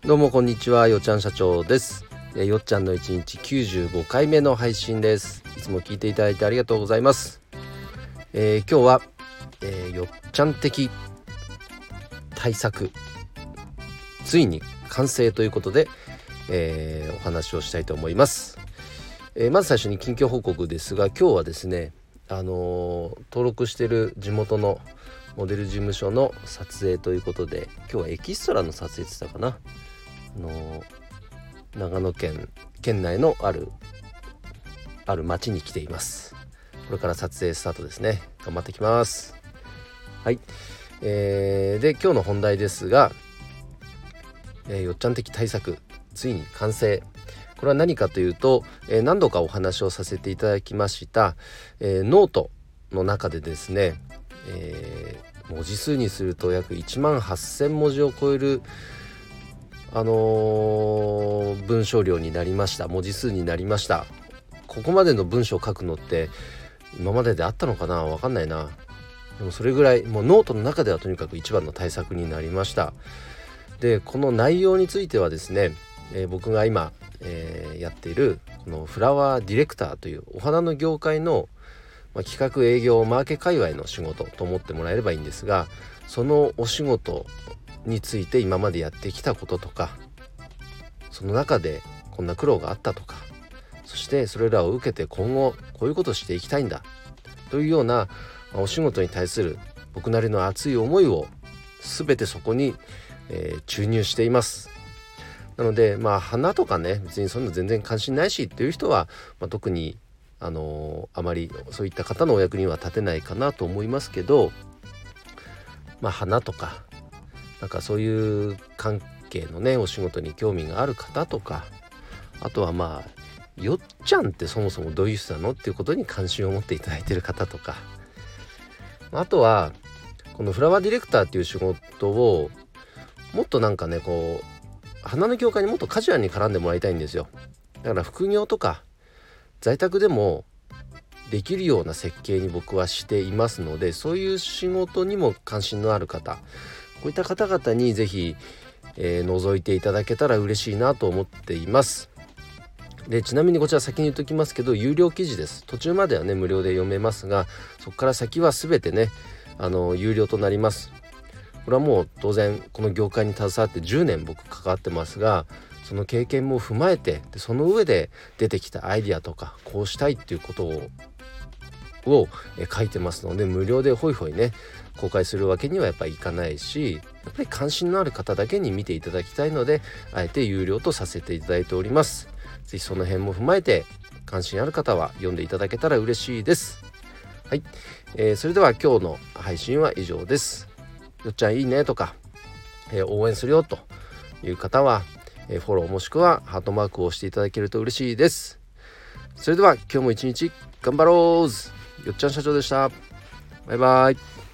どうもこんにちは、よっちゃん社長です。よっちゃんの1日95回目の配信です。いつも聞いていただいてありがとうございます。今日は、よっちゃん的対策ついに完成ということで、お話をしたいと思います。まず最初に近況報告ですが、今日はですね、登録している地元のモデル事務所の撮影ということで、今日はエキストラの撮影って言ったかな、長野県内のある町に来ています。これから撮影スタートですね。頑張ってきます。はい。で今日の本題ですが、よっちゃん的対策ついに完成。これは何かというと、何度かお話をさせていただきました、ノートの中でですね、文字数にすると約1万8000文字を超える文章量になりました。文字数になりました。ここまでの文章を書くのって今までであったのかな、わかんないな。でもそれぐらい、もうノートの中ではとにかく一番の対策になりました。でこの内容についてはですね、僕が今、やっているこのフラワーディレクターというお花の業界の、企画営業マーケ界隈の仕事と思ってもらえればいいんですが、そのお仕事について今までやってきたこととか、その中でこんな苦労があったとか、そしてそれらを受けて今後こういうことをしていきたいんだというようなお仕事に対する僕なりの熱い思いを全てそこに、注入しています。なので花とかね、別にそんな全然関心ないしっていう人は、特にあまりそういった方のお役には立てないかなと思いますけど、花とかなんかそういう関係のねお仕事に興味がある方とか、あとはよっちゃんってそもそもどういう人なのっていうことに関心を持っていただいている方とか、あとはこのフラワーディレクターっていう仕事をもっとなんかね、こう花の業界にもっとカジュアルに絡んでもらいたいんですよ。だから副業とか在宅でもできるような設計に僕はしていますので、そういう仕事にも関心のある方、こういった方々にぜひ、覗いていただけたら嬉しいなと思っています。でちなみにこちら先に言っときますけど、有料記事です。途中まではね無料で読めますが、そこから先は全てね有料となります。これはもう当然この業界に携わって10年僕関わってますが、その経験も踏まえて、でその上で出てきたアイディアとかこうしたいっていうことを書いてますので、無料でホイホイね公開するわけにはやっぱりいかないし、やっぱり関心のある方だけに見ていただきたいので、あえて有料とさせていただいております。ぜひその辺も踏まえて関心ある方は読んでいただけたら嬉しいです。はい、それでは今日の配信は以上です。よっちゃんいいねとか、応援するよという方は、フォローもしくはハートマークを押していただけると嬉しいです。それでは今日も一日頑張ろう。よっちゃん社長でした。バイバイ。